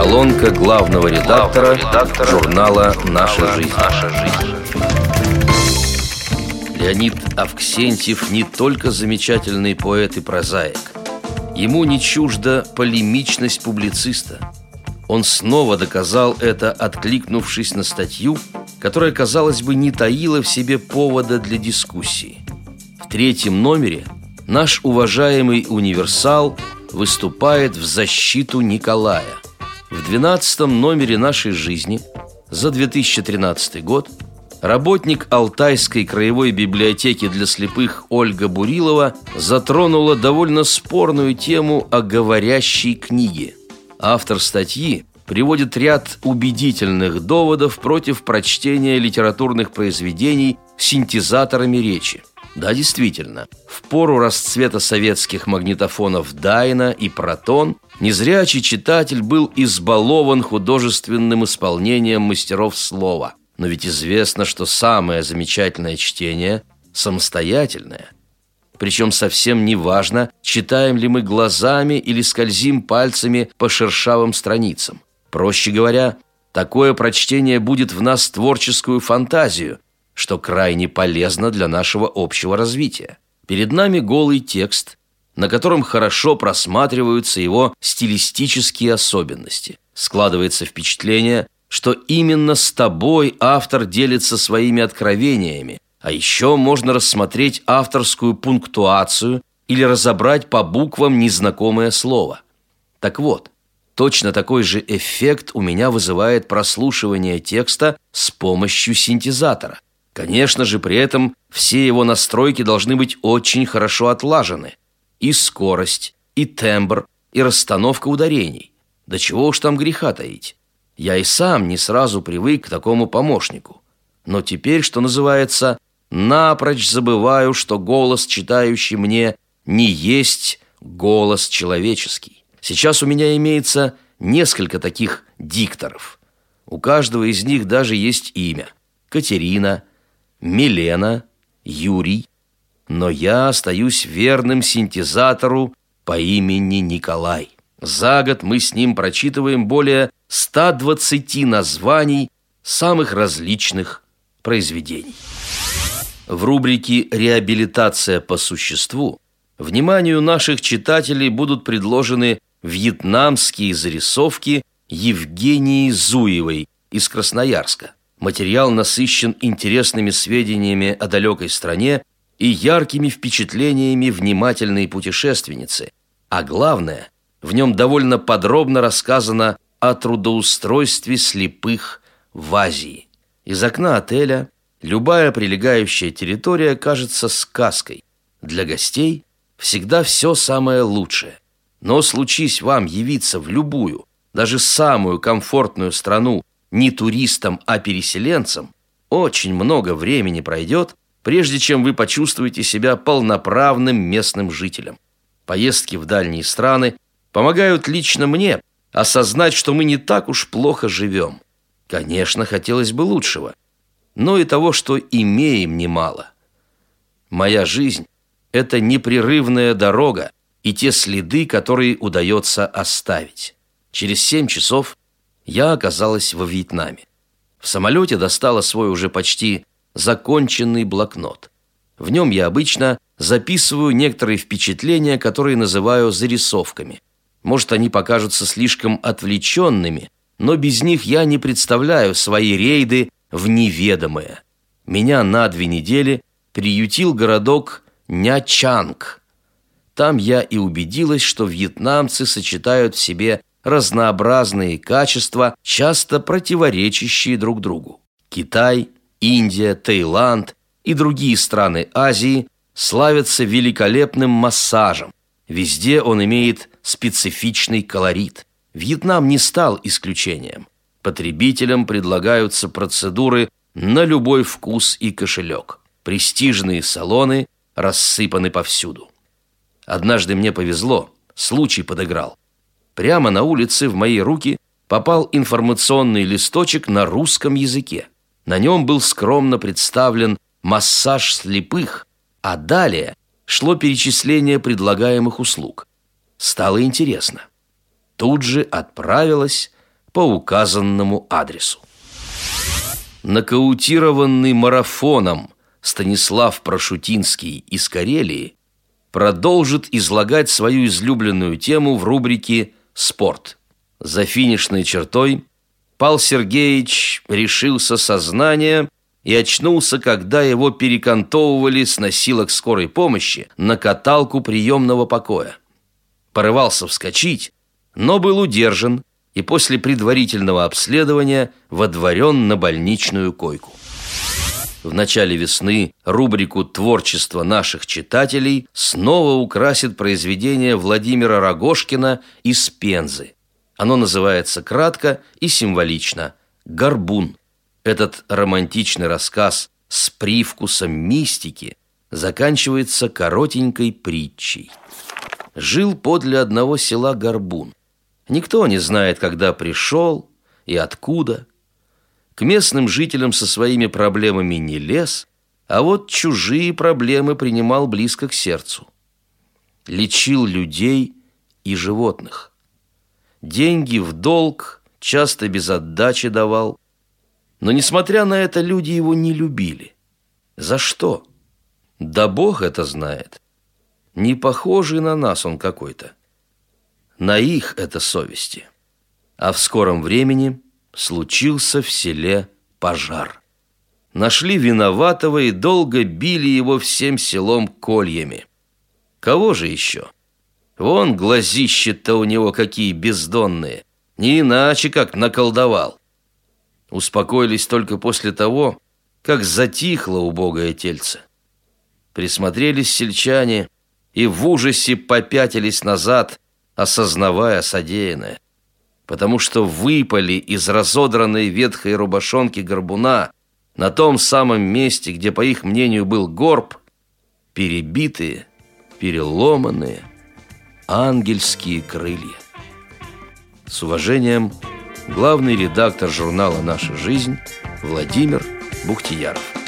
Колонка главного редактора журнала «Наша жизнь». Леонид Авксентьев не только замечательный поэт и прозаик. Ему не чужда полемичность публициста. Он снова доказал это, откликнувшись на статью, которая, казалось бы, не таила в себе повода для дискуссии. В 3-м номере наш уважаемый универсал выступает в защиту Николая. В 12-м номере «Нашей жизни» за 2013 год работник Алтайской краевой библиотеки для слепых Ольга Бурилова затронула довольно спорную тему о говорящей книге. Автор статьи приводит ряд убедительных доводов против прочтения литературных произведений синтезаторами речи. Да, действительно, в пору расцвета советских магнитофонов Дайна и Протон незрячий читатель был избалован художественным исполнением мастеров слова. Но ведь известно, что самое замечательное чтение – самостоятельное. Причем совсем не важно, читаем ли мы глазами или скользим пальцами по шершавым страницам. Проще говоря, такое прочтение будет в нас творческую фантазию, что крайне полезно для нашего общего развития. Перед нами голый текст, на котором хорошо просматриваются его стилистические особенности. Складывается впечатление, что именно с тобой автор делится своими откровениями, а еще можно рассмотреть авторскую пунктуацию или разобрать по буквам незнакомое слово. Так вот, точно такой же эффект у меня вызывает прослушивание текста с помощью синтезатора. Конечно же, при этом все его настройки должны быть очень хорошо отлажены. И скорость, и тембр, и расстановка ударений. Да чего уж там греха таить. Я и сам не сразу привык к такому помощнику. Но теперь, что называется, напрочь забываю, что голос, читающий мне, не есть голос человеческий. Сейчас у меня имеется несколько таких дикторов. У каждого из них даже есть имя: Катерина, Милена, Юрий. Но я остаюсь верным синтезатору по имени Николай. За год мы с ним прочитываем более 120 названий самых различных произведений. В рубрике «Реабилитация по существу» вниманию наших читателей будут предложены вьетнамские зарисовки Евгении Зуевой из Красноярска. Материал насыщен интересными сведениями о далекой стране и яркими впечатлениями внимательной путешественницы. А главное, в нем довольно подробно рассказано о трудоустройстве слепых в Азии. Из окна отеля любая прилегающая территория кажется сказкой. Для гостей всегда все самое лучшее. Но случись вам явиться в любую, даже самую комфортную страну не туристом, а переселенцем, очень много времени пройдет, прежде чем вы почувствуете себя полноправным местным жителем. Поездки в дальние страны помогают лично мне осознать, что мы не так уж плохо живем. Конечно, хотелось бы лучшего, но и того, что имеем, немало. Моя жизнь – это непрерывная дорога и те следы, которые удается оставить. Через 7 часов я оказалась во Вьетнаме. В самолете достала свой уже почти законченный блокнот. В нем я обычно записываю некоторые впечатления, которые называю зарисовками. Может, они покажутся слишком отвлеченными, но без них я не представляю свои рейды в неведомое. Меня на 2 недели приютил городок Нячанг. Там я и убедилась, что вьетнамцы сочетают в себе разнообразные качества, часто противоречащие друг другу. Китай, Индия, Таиланд и другие страны Азии славятся великолепным массажем. Везде он имеет специфичный колорит. Вьетнам не стал исключением. Потребителям предлагаются процедуры на любой вкус и кошелек. Престижные салоны рассыпаны повсюду. Однажды мне повезло, случай подыграл. Прямо на улице в мои руки попал информационный листочек на русском языке. На нем был скромно представлен массаж слепых, а далее шло перечисление предлагаемых услуг. Стало интересно. Тут же отправилась по указанному адресу. Нокаутированный марафоном Станислав Прошутинский из Карелии продолжит излагать свою излюбленную тему в рубрике «Спорт». За финишной чертой Пал Сергеевич решился сознания и очнулся, когда его перекантовывали с носилок скорой помощи на каталку приемного покоя. Порывался вскочить, но был удержан и после предварительного обследования водворен на больничную койку. В начале весны рубрику «Творчество наших читателей» снова украсит произведение Владимира Рогожкина из Пензы. Оно называется кратко и символично «Горбун». Этот романтичный рассказ с привкусом мистики заканчивается коротенькой притчей. Жил подле одного села горбун. Никто не знает, когда пришел и откуда. К местным жителям со своими проблемами не лез, а вот чужие проблемы принимал близко к сердцу. Лечил людей и животных. Деньги в долг часто без отдачи давал. Но, несмотря на это, люди его не любили. За что? Да Бог это знает. Не похожий на нас он какой-то. На их это совести. А в скором времени случился в селе пожар. Нашли виноватого и долго били его всем селом кольями. Кого же еще? Вон глазища-то у него какие бездонные. Не иначе, как наколдовал. Успокоились только после того, как затихло убогое тельце. Присмотрелись сельчане и в ужасе попятились назад, осознавая содеянное. Потому что выпали из разодранной ветхой рубашонки горбуна на том самом месте, где, по их мнению, был горб, перебитые, переломанные ангельские крылья. С уважением, главный редактор журнала «Наша жизнь» Владимир Бухтияров.